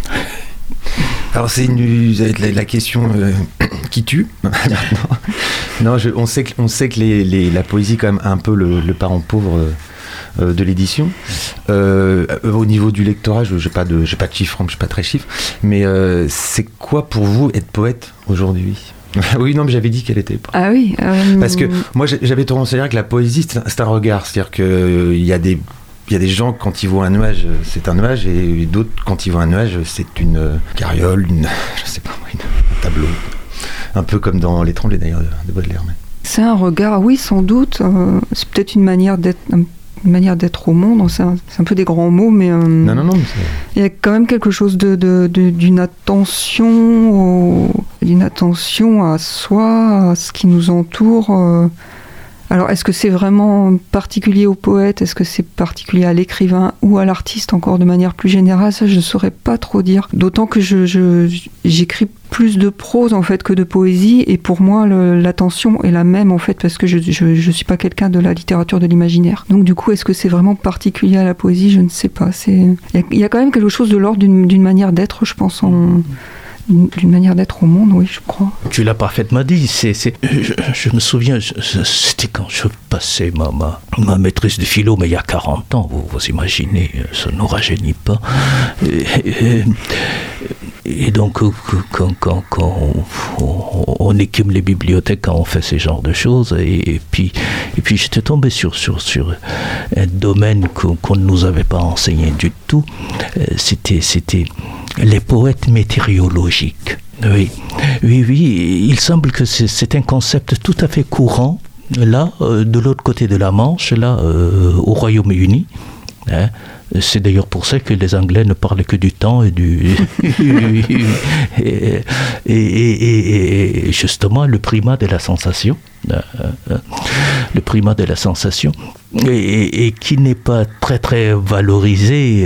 Alors c'est une, la, la question euh, qui tue maintenant. Non, je, on sait que, on sait que les, les, la poésie quand même un peu le, le parent pauvre euh, de l'édition. Euh, au niveau du lectorat, je n'ai pas de, j'ai pas de chiffres, je suis pas très chiffre, mais euh, c'est quoi pour vous être poète aujourd'hui ? Oui, non, mais j'avais dit qu'elle était pas. Ah oui. Euh... Parce que moi, j'avais tendance à dire que la poésie, c'est un, c'est un regard, c'est-à-dire que euh, il y a des Il y a des gens, quand ils voient un nuage, c'est un nuage, et d'autres, quand ils voient un nuage, c'est une euh, carriole, une, je sais pas moi, une, un tableau. Un peu comme dans Les Tremblés, d'ailleurs, de, de Baudelaire. Mais. C'est un regard, oui, sans doute. Euh, c'est peut-être une manière d'être, une manière d'être au monde. C'est un, c'est un peu des grands mots, mais... Euh, non, non, non. Mais il y a quand même quelque chose de, de, de, d'une attention, au, d'une attention à soi, à ce qui nous entoure... Euh, Alors, est-ce que c'est vraiment particulier au poète ? Est-ce que c'est particulier à l'écrivain ou à l'artiste, encore de manière plus générale ? Ça, je ne saurais pas trop dire. D'autant que je, je, j'écris plus de prose, en fait, que de poésie. Et pour moi, le, l'attention est la même, en fait, parce que je ne suis pas quelqu'un de la littérature de l'imaginaire. Donc, du coup, est-ce que c'est vraiment particulier à la poésie ? Je ne sais pas. Il y, y a quand même quelque chose de l'ordre d'une, d'une manière d'être, je pense, en... d'une manière d'être au monde, oui, je crois. Tu l'as parfaitement dit. C'est, c'est, je, je me souviens, je, c'était quand je passais ma, ma, ma maîtrise de philo, mais il y a quarante ans, vous, vous imaginez, ça ne nous rajeunit pas. Et, et, et donc, quand, quand, quand on, on écume les bibliothèques, quand on fait ce genre de choses, et, et, puis, et puis j'étais tombé sur, sur, sur un domaine qu'on, qu'on ne nous avait pas enseigné du tout. C'était... c'était les poètes météorologiques. Oui, oui, oui. Il semble que c'est, c'est un concept tout à fait courant, là, euh, de l'autre côté de la Manche, là, euh, au Royaume-Uni. Hein. C'est d'ailleurs pour ça que les Anglais ne parlent que du temps et du... et, et, et, et justement, le primat de la sensation. Le primat de la sensation. Et, et, et qui n'est pas très très valorisé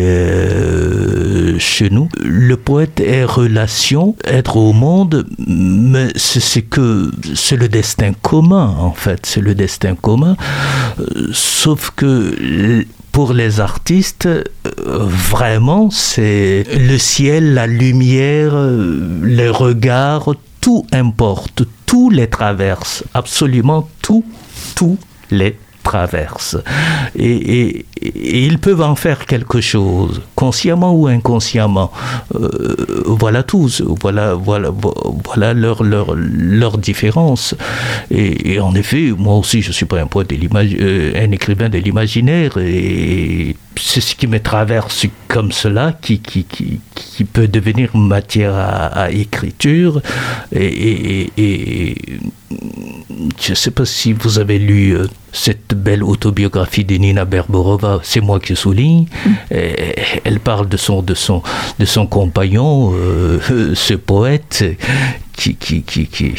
euh, chez nous. Le poète est relation, être au monde, mais c'est, c'est que c'est le destin commun, en fait. C'est le destin commun. Euh, sauf que... Pour les artistes, euh, vraiment, c'est le ciel, la lumière, euh, les regards, tout importe, tout les traverse, absolument tout, tout les traverse. Et, et, et ils peuvent en faire quelque chose, consciemment ou inconsciemment. Euh, voilà tout, voilà, voilà, voilà leur, leur, leur différence. Et, et en effet, moi aussi, je ne suis pas un poète de l'imag... euh, un écrivain de l'imaginaire, et c'est ce qui me traverse comme cela qui, qui, qui, qui peut devenir matière à, à écriture. Et, et, et, et je ne sais pas si vous avez lu euh, cette belle autobiographie de Nina Berborova, c'est moi qui souligne. Mmh. Et, elle parle de son, de son, de son compagnon, euh, ce poète, qui, qui, qui, qui,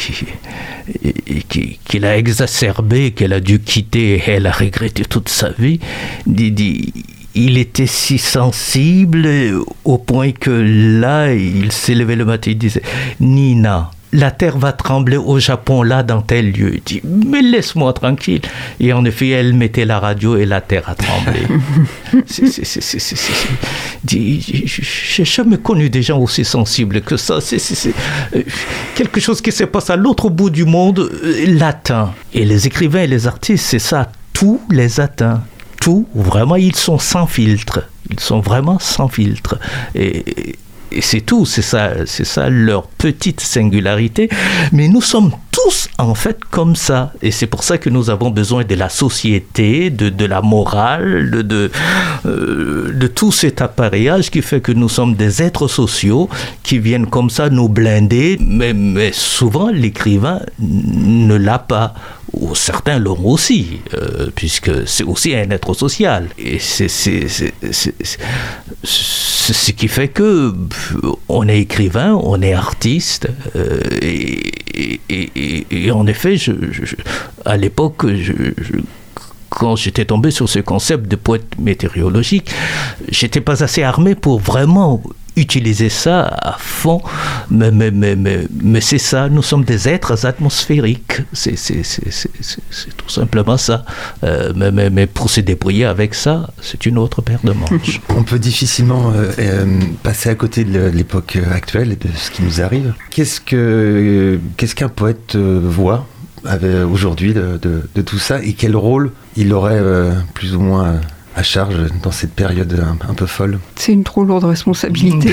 qui, qui, qui l'a exacerbé, qu'elle a dû quitter et elle a regretté toute sa vie. Dit, dit, il était si sensible au point que là, il s'est levé le matin, il disait « Nina, la terre va trembler au Japon, là, dans tel lieu. » Il dit « Mais laisse-moi tranquille. » Et en effet, elle mettait la radio et la terre a tremblé. c'est, c'est, c'est, c'est, c'est, c'est. Dit, j'ai jamais connu des gens aussi sensibles que ça. C'est, c'est, c'est. Quelque chose qui se passe à l'autre bout du monde l'atteint. Et les écrivains et les artistes, c'est ça, tout les atteint. Tout, vraiment, ils sont sans filtre. Ils sont vraiment sans filtre. Et, et c'est tout, c'est ça, c'est ça leur petite singularité. Mais nous sommes tous, en fait, comme ça. Et c'est pour ça que nous avons besoin de la société, de, de la morale, de, de, euh, de tout cet appareillage qui fait que nous sommes des êtres sociaux qui viennent comme ça nous blinder. Mais, mais souvent, l'écrivain ne l'a pas. ou certains l'ont aussi, euh, puisque c'est aussi un être social. Et c'est, c'est, c'est, c'est, c'est, c'est ce qui fait que on est écrivain, on est artiste, euh, et, et, et, et en effet, je, je, à l'époque, je, je quand j'étais tombé sur ce concept de poète météorologique, j'étais pas assez armé pour vraiment utiliser ça à fond, mais, mais, mais, mais, mais c'est ça, nous sommes des êtres atmosphériques, c'est, c'est, c'est, c'est, c'est, c'est tout simplement ça, euh, mais, mais, mais pour se débrouiller avec ça, c'est une autre paire de manches. On peut difficilement euh, euh, passer à côté de l'époque actuelle et de ce qui nous arrive. Qu'est-ce, que, qu'est-ce qu'un poète euh, voit aujourd'hui de, de, de tout ça, et quel rôle il aurait euh, plus ou moins à charge dans cette période un, un peu folle? C'est une trop lourde responsabilité.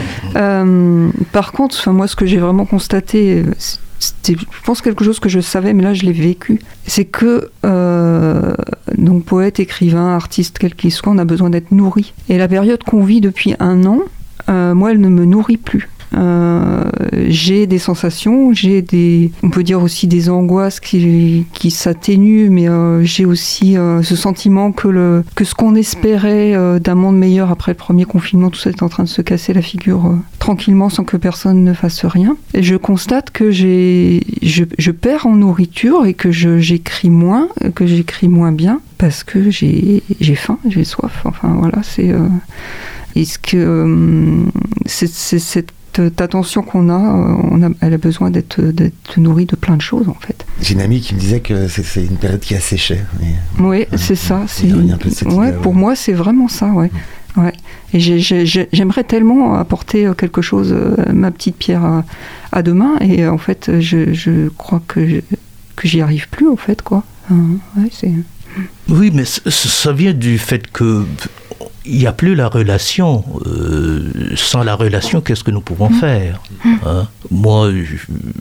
euh, par contre, moi, ce que j'ai vraiment constaté, c'était, je pense, quelque chose que je savais, mais là, je l'ai vécu. C'est que, euh, donc, poète, écrivain, artiste, quel qu'il soit, on a besoin d'être nourri. Et la période qu'on vit depuis un an, euh, moi, elle ne me nourrit plus. Euh, j'ai des sensations, j'ai des, on peut dire aussi des angoisses qui, qui s'atténuent, mais euh, j'ai aussi euh, ce sentiment que, le, que ce qu'on espérait euh, d'un monde meilleur après le premier confinement, tout ça est en train de se casser la figure euh, tranquillement sans que personne ne fasse rien. Et je constate que j'ai, je, je perds en nourriture et que je, j'écris moins, que j'écris moins bien parce que j'ai, j'ai faim, j'ai soif. Enfin voilà, c'est, euh, est-ce que euh, c'est, c'est cette cette attention qu'on a, on a, elle a besoin d'être, d'être nourrie de plein de choses, en fait. J'ai une amie qui me disait que c'est, c'est une période qui asséchait. Et, oui, euh, c'est ça. C'est, un peu de cette ouais, idée, pour ouais. moi, c'est vraiment ça, ouais. Ouais. Et j'ai, j'ai, j'aimerais tellement apporter quelque chose, ma petite pierre à, à deux mains, et en fait, je, je crois que, je, que j'y arrive plus, en fait, quoi. Euh, ouais, c'est... Oui, mais ça vient du fait que il n'y a plus la relation. Euh, sans la relation, qu'est-ce que nous pouvons faire, hein? Moi, je,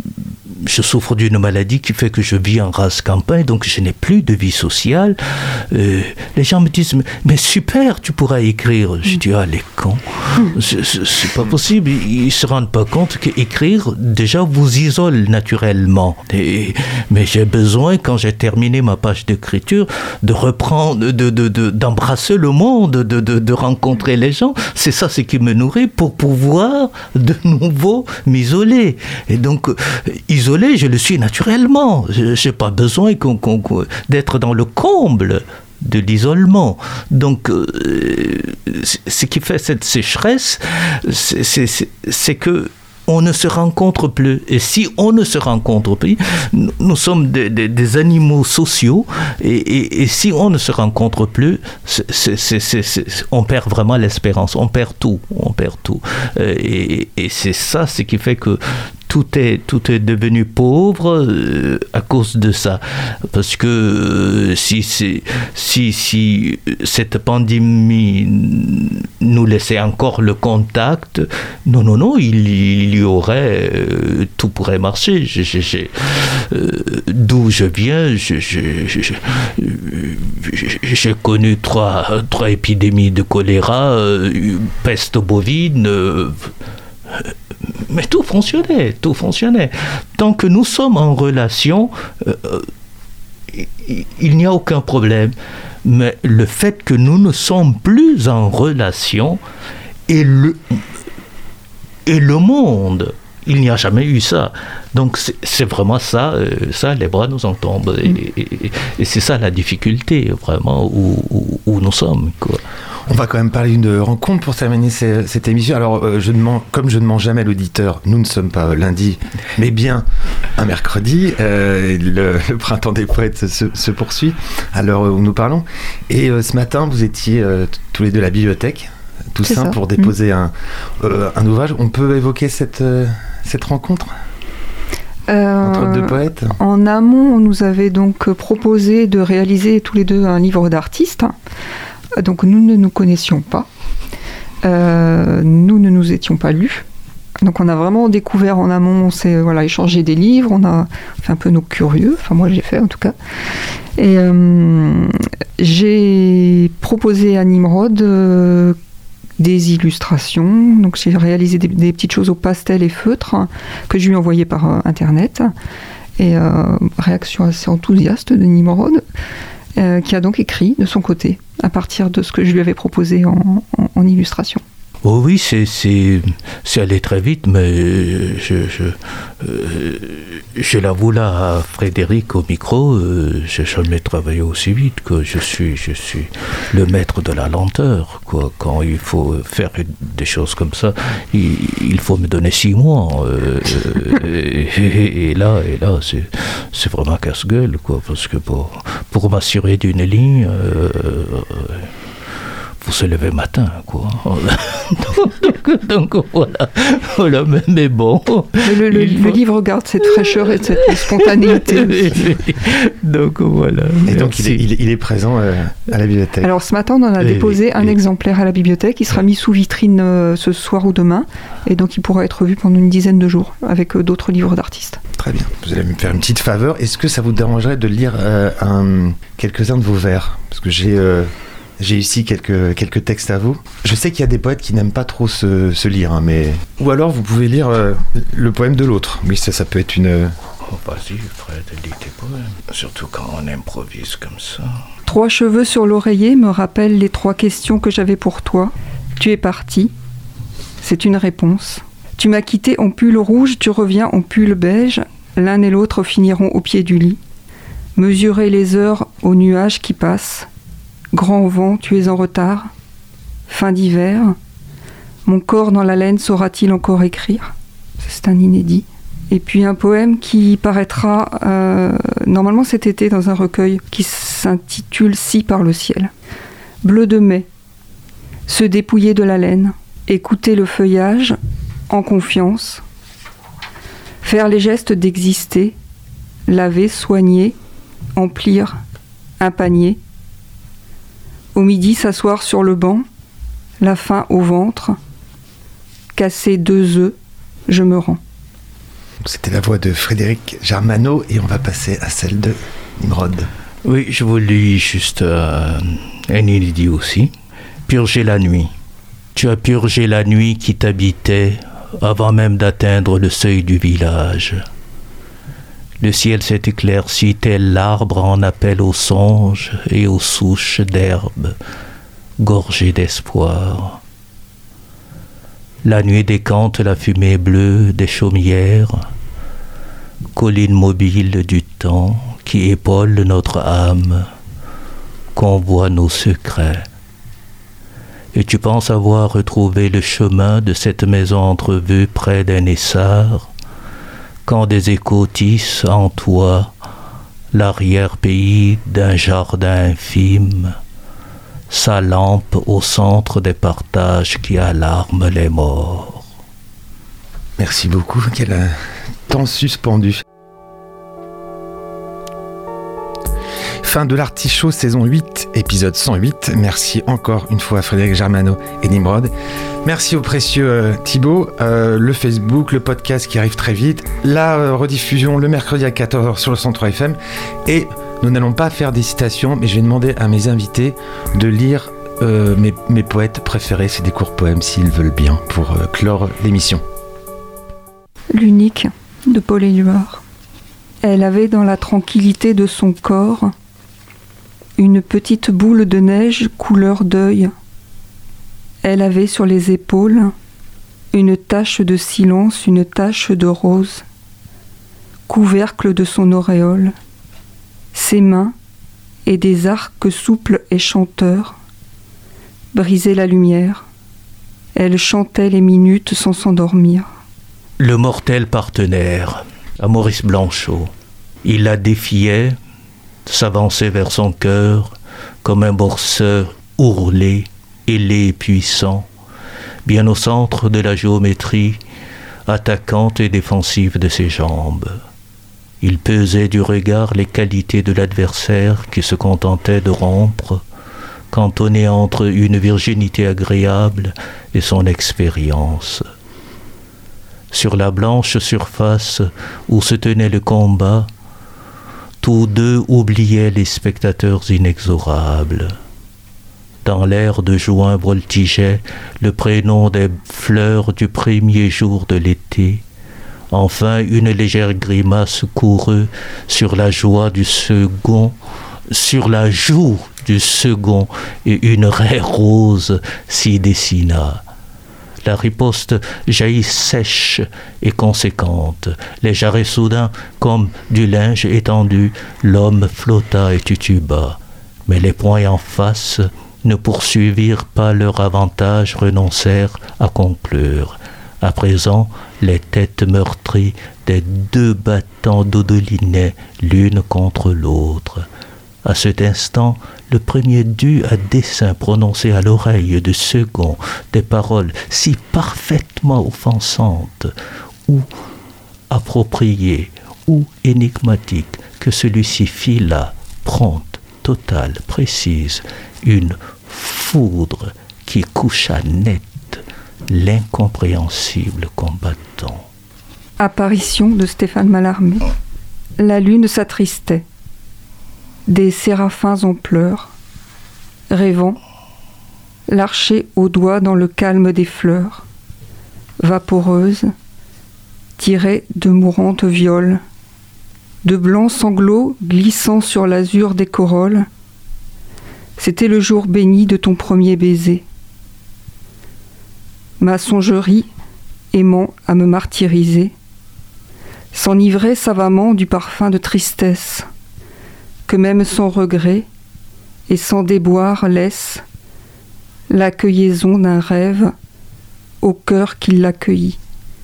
je souffre d'une maladie qui fait que je vis en rase campagne, donc je n'ai plus de vie sociale. Euh, les gens me disent, mais, mais super, tu pourras écrire. Je dis, ah, les cons, c'est, c'est pas possible. Ils ne se rendent pas compte qu'écrire, déjà, vous isole naturellement. Et, mais j'ai besoin, quand j'ai terminé ma page d'écriture, de reprendre, de, de, de, d'embrasser le monde, de, de, de rencontrer les gens. C'est ça ce qui me nourrit pour pouvoir de nouveau m'isoler. Et donc, isolé, je le suis naturellement. Je n'ai pas besoin qu'on, qu'on, d'être dans le comble de l'isolement. Donc, euh, ce qui fait cette sécheresse, c'est, c'est, c'est, c'est que on ne se rencontre plus. Et si on ne se rencontre plus, nous, nous sommes des, des, des animaux sociaux, et, et, et si on ne se rencontre plus, c'est, c'est, c'est, c'est, c'est, on perd vraiment l'espérance, on perd tout, on perd tout. Et, et c'est ça ce qui fait que tout est, tout est devenu pauvre euh, à cause de ça. Parce que euh, si, si, si, si cette pandémie nous laissait encore le contact, non, non, non, il, il y aurait, euh, tout pourrait marcher. J'ai, j'ai, j'ai, euh, d'où je viens, je, je, je, je, j'ai connu trois, trois épidémies de choléra, euh, peste bovine, euh, mais tout fonctionnait, tout fonctionnait. Tant que nous sommes en relation, euh, il, il n'y a aucun problème. Mais le fait que nous ne sommes plus en relation et le, et le monde, il n'y a jamais eu ça. Donc c'est, c'est vraiment ça, euh, ça, les bras nous en tombent. Et, et, et c'est ça la difficulté, vraiment, où, où, où nous sommes, quoi. On va quand même parler d'une rencontre pour terminer ces, cette émission. Alors, euh, je ne mens, comme je ne mens jamais l'auditeur, nous ne sommes pas lundi, mais bien un mercredi. Euh, le, le printemps des poètes se, se poursuit à l'heure où nous parlons. Et euh, ce matin, vous étiez euh, tous les deux à la bibliothèque, Toussaint, pour déposer mmh. un, euh, un ouvrage. On peut évoquer cette, euh, cette rencontre euh, entre deux poètes? En amont, on nous avait donc proposé de réaliser tous les deux un livre d'artiste. Donc nous ne nous connaissions pas, euh, nous ne nous étions pas lus. Donc on a vraiment découvert en amont, on s'est voilà, échangé des livres, on a fait un peu nos curieux, enfin moi j'ai fait en tout cas. Et euh, j'ai proposé à Nimrod euh, des illustrations, donc j'ai réalisé des, des petites choses au pastel et feutre que je lui ai envoyées par euh, internet. Et euh, réaction assez enthousiaste de Nimrod, euh, qui a donc écrit de son côté, à partir de ce que je lui avais proposé en, en, en illustration. Oh oui, c'est, c'est, c'est allé très vite, mais je, je, euh, je l'avoue là à Frédéric au micro, euh, j'ai jamais travaillé aussi vite, quoi. Je suis, je suis le maître de la lenteur, quoi. Quand il faut faire des choses comme ça, il, il faut me donner six mois. Euh, et, et, et là, et là, c'est, c'est vraiment casse-gueule, quoi, parce que pour, pour m'assurer d'une ligne. Euh, Faut se lever matin, quoi. donc, donc voilà, voilà, mais, mais bon. Le, le, le livre garde cette fraîcheur et cette spontanéité. donc voilà. Et donc il est, il, est, il est présent euh, à la bibliothèque. Alors ce matin, on en a et, déposé et, un et... exemplaire à la bibliothèque. Il sera mis sous vitrine euh, ce soir ou demain, et donc il pourra être vu pendant une dizaine de jours avec euh, d'autres livres d'artistes. Très bien. Vous allez me faire une petite faveur. Est-ce que ça vous dérangerait de lire euh, un, quelques-uns de vos vers ? Parce que j'ai euh, J'ai ici quelques, quelques textes à vous. Je sais qu'il y a des poètes qui n'aiment pas trop se, se lire, hein, mais... Ou alors vous pouvez lire euh, le poème de l'autre. Oui, ça, ça peut être une... Oh, vas-y, Fred, lis tes poèmes. Surtout quand on improvise comme ça. Trois cheveux sur l'oreiller me rappellent les trois questions que j'avais pour toi. Tu es parti. C'est une réponse. Tu m'as quitté en pull rouge, tu reviens en pull beige. L'un et l'autre finiront au pied du lit. Mesurer les heures aux nuages qui passent. Grand vent, tu es en retard. Fin d'hiver. Mon corps dans la laine saura-t-il encore écrire ? C'est un inédit. Et puis un poème qui paraîtra euh, normalement cet été dans un recueil qui s'intitule « Si par le ciel ». Bleu de mai. Se dépouiller de la laine. Écouter le feuillage en confiance. Faire les gestes d'exister. Laver, soigner. Emplir un panier. Au midi, s'asseoir sur le banc, la faim au ventre, casser deux œufs, je me rends. C'était la voix de Frédéric Germano et on va passer à celle de Nimrod. Oui, je vous lis juste euh, un inédit aussi. Purger la nuit. Tu as purgé la nuit qui t'habitait avant même d'atteindre le seuil du village. Le ciel s'est éclairci tel l'arbre en appel aux songes et aux souches d'herbes, gorgées d'espoir. La nuit décante la fumée bleue des chaumières, colline mobile du temps qui épaule notre âme, convoie nos secrets. Et tu penses avoir retrouvé le chemin de cette maison entrevue près d'un essart, quand des échos tissent en toi l'arrière-pays d'un jardin infime, sa lampe au centre des partages qui alarment les morts. Merci beaucoup, quel un temps suspendu. Fin de l'Artichaut, saison huit, épisode cent huit. Merci encore une fois à Frédéric Germano et Nimrod. Merci au précieux euh, Thibaut, euh, le Facebook, le podcast qui arrive très vite, la euh, rediffusion le mercredi à quatorze heures sur le cent trois F M. Et nous n'allons pas faire des citations, mais je vais demander à mes invités de lire euh, mes, mes poètes préférés, c'est des courts poèmes s'ils veulent bien, pour euh, clore l'émission. L'unique de Paul Éluard. Elle avait dans la tranquillité de son corps une petite boule de neige couleur deuil. Elle avait sur les épaules une tache de silence, une tache de rose, couvercle de son auréole. Ses mains et des arcs souples et chanteurs brisaient la lumière. Elle chantait les minutes sans s'endormir. Le mortel partenaire, à Maurice Blanchot. Il la défiait, s'avançait vers son cœur comme un boxeur ourlé, ailé et puissant, bien au centre de la géométrie attaquante et défensive de ses jambes. Il pesait du regard les qualités de l'adversaire qui se contentait de rompre, cantonné entre une virginité agréable et son expérience. Sur la blanche surface où se tenait le combat, tous deux oubliaient les spectateurs inexorables. Dans l'air de juin voltigeait le prénom des fleurs du premier jour de l'été, Enfin, une légère grimace courut sur la joie du second, sur la joue du second, et une raie rose s'y dessina. La riposte jaillit sèche et conséquente. Les jarrets soudains, comme du linge étendu, l'homme flotta et tituba. Mais les poings en face ne poursuivirent pas leur avantage, renoncèrent à conclure. À présent, les têtes meurtries des deux battants dodelinaient l'une contre l'autre. À cet instant, le premier dut à dessein prononcer à l'oreille du second des paroles si parfaitement offensantes, ou appropriées, ou énigmatiques, que celui-ci fit là, prompte, totale, précise, une foudre qui coucha net l'incompréhensible combattant. Apparition de Stéphane Mallarmé. La lune s'attristait. Des séraphins en pleurs, rêvant, l'archer au doigt dans le calme des fleurs, vaporeuse, tirée de mourantes violes, de blancs sanglots glissant sur l'azur des corolles. C'était le jour béni de ton premier baiser. Ma songerie, aimant à me martyriser, s'enivrait savamment du parfum de tristesse, que même sans regret et sans déboire laisse la cueillaison d'un rêve au cœur qui l'accueillit.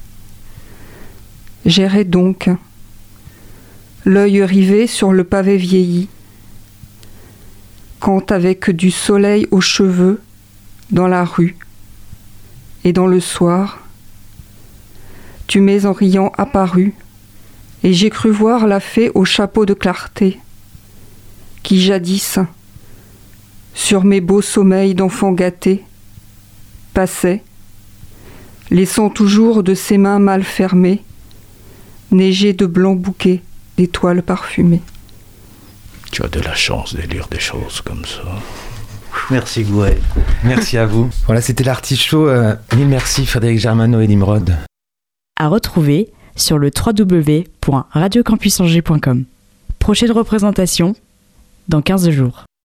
J'errais donc, l'œil rivé sur le pavé vieilli, quand avec du soleil aux cheveux, dans la rue et dans le soir, tu m'es en riant apparu, et j'ai cru voir la fée au chapeau de clarté, qui jadis, sur mes beaux sommeils d'enfant gâté, passait, laissant toujours de ses mains mal fermées, neiger de blancs bouquets d'étoiles parfumées. Tu as de la chance de lire des choses comme ça. Merci Gouët. Merci à vous. Voilà, c'était l'Artichaut. Euh, mille merci Frédéric Germano et Nimrod. À retrouver sur le w w w point radio campus angers point com. Prochaine représentation dans quinze jours.